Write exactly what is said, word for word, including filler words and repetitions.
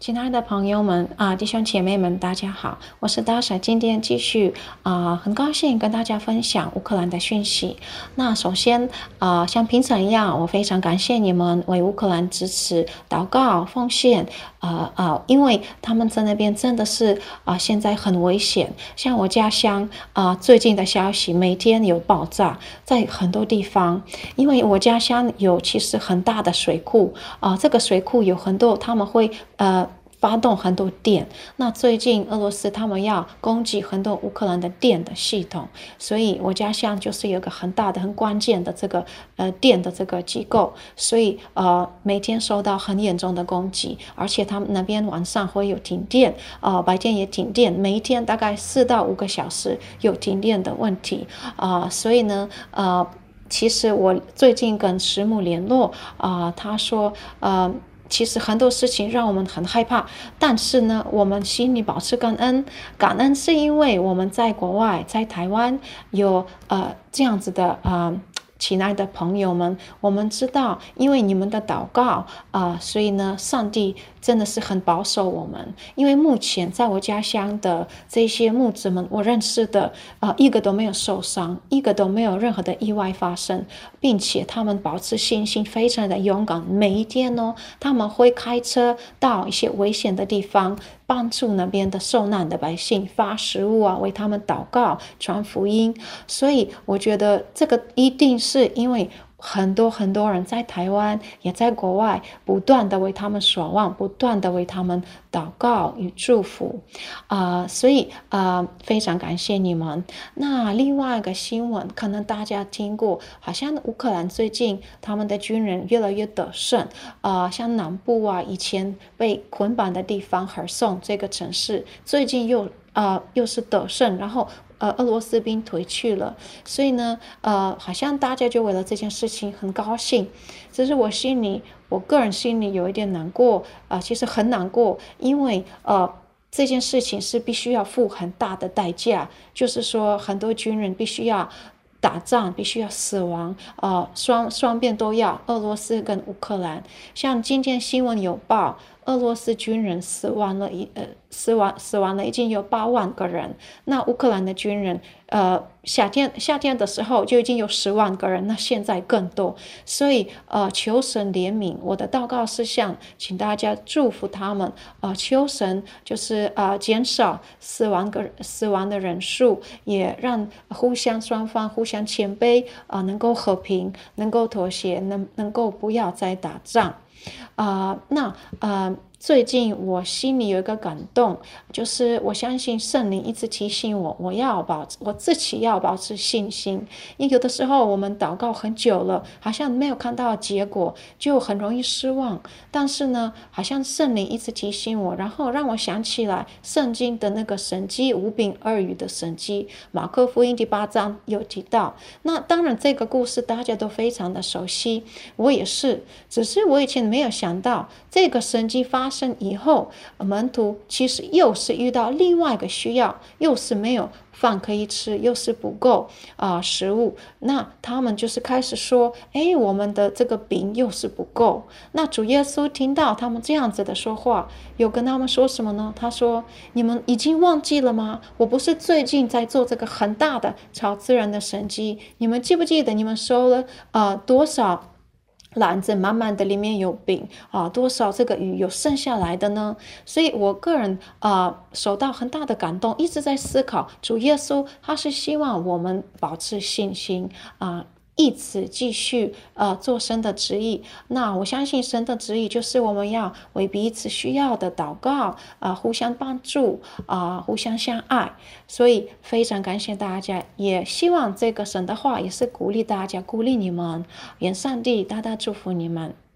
亲爱的朋友们啊，弟兄姐妹们，大家好，我是大婶，今天继续啊，很高兴跟大家分享乌克兰的讯息。那首先啊，像平常一样，我非常感谢你们为乌克兰支持、祷告、奉献啊啊，因为他们在那边真的是啊，现在很危险。像我家乡啊，最近的消息每天有爆炸，在很多地方，因为我家乡有其实很大的水库啊，这个水库有很多他们会呃。发动很多电，那最近俄罗斯他们要攻击很多乌克兰的电的系统，所以我家乡就是有个很大的、很关键的这个呃电的这个机构，所以呃每天受到很严重的攻击，而且他们那边晚上会有停电，呃白天也停电，每一天大概四到五个小时有停电的问题啊、呃，所以呢呃。其实我最近跟师母联络啊、呃，他说呃。其实很多事情让我们很害怕，但是呢，我们心里保持感恩。感恩是因为我们在国外，在台湾有呃这样子的呃。亲爱的朋友们，我们知道，因为你们的祷告啊、呃，所以呢，上帝真的是很保守我们。因为目前在我家乡的这些牧者们，我认识的啊、呃，一个都没有受伤，一个都没有任何的意外发生，并且他们保持信心，非常的勇敢。每一天呢，他们会开车到一些危险的地方，帮助那边的受难的百姓，发食物啊，为他们祷告，传福音。所以我觉得这个一定是因为很多很多人在台湾也在国外不断的为他们守望，不断的为他们祷告与祝福啊、呃，所以啊、呃、非常感谢你们。那另外一个新闻可能大家听过，好像乌克兰最近他们的军人越来越得胜啊、呃，像南部啊以前被捆绑的地方赫松这个城市最近又呃又是得胜，然后呃，俄罗斯兵退去了，所以呢，呃，好像大家就为了这件事情很高兴，只是我心里，我个人心里有一点难过，啊、呃，其实很难过，因为呃。这件事情是必须要付很大的代价，就是说很多军人必须要打仗，必须要死亡，呃，双双边都要，俄罗斯跟乌克兰。像今天新闻有报，俄罗斯军人死亡了一呃死亡死亡了已经有八万个人，那乌克兰的军人呃夏天夏天的时候就已经有十万个人，那现在更多，所以呃求神怜悯。我的祷告事项，请大家祝福他们，呃求神就是呃减少死亡个死亡的人数，也让互相双方互相谦卑啊、呃，能够和平，能够妥协，能能够不要再打仗。啊、呃，那呃，最近我心里有一个感动，就是我相信圣灵一直提醒我，我要保我自己要保持信心。因为有的时候我们祷告很久了，好像没有看到结果，就很容易失望。但是呢，好像圣灵一直提醒我，然后让我想起来圣经的那个神迹，五饼二鱼的神迹，马可福音第八章有提到。那当然，这个故事大家都非常的熟悉，我也是，只是我以前没有想到，这个神迹发生以后，门徒其实又是遇到另外一个需要，又是没有饭可以吃，又是不够啊、呃、食物，那他们就是开始说，哎，我们的这个饼又是不够。那主耶稣听到他们这样子的说话，有跟他们说什么呢？他说：你们已经忘记了吗？我不是最近在做这个很大的超自然的神迹，你们记不记得你们收了呃多少篮子满满的里面有饼啊，多少这个鱼有剩下来的呢？所以我个人啊、呃、受到很大的感动，一直在思考主耶稣他是希望我们保持信心啊、呃一直继续呃做神的旨意。那我相信神的旨意就是我们要为彼此需要的祷告啊、呃，互相帮助啊、呃，互相相爱。所以非常感谢大家，也希望这个神的话也是鼓励大家，鼓励你们，愿上帝大大祝福你们。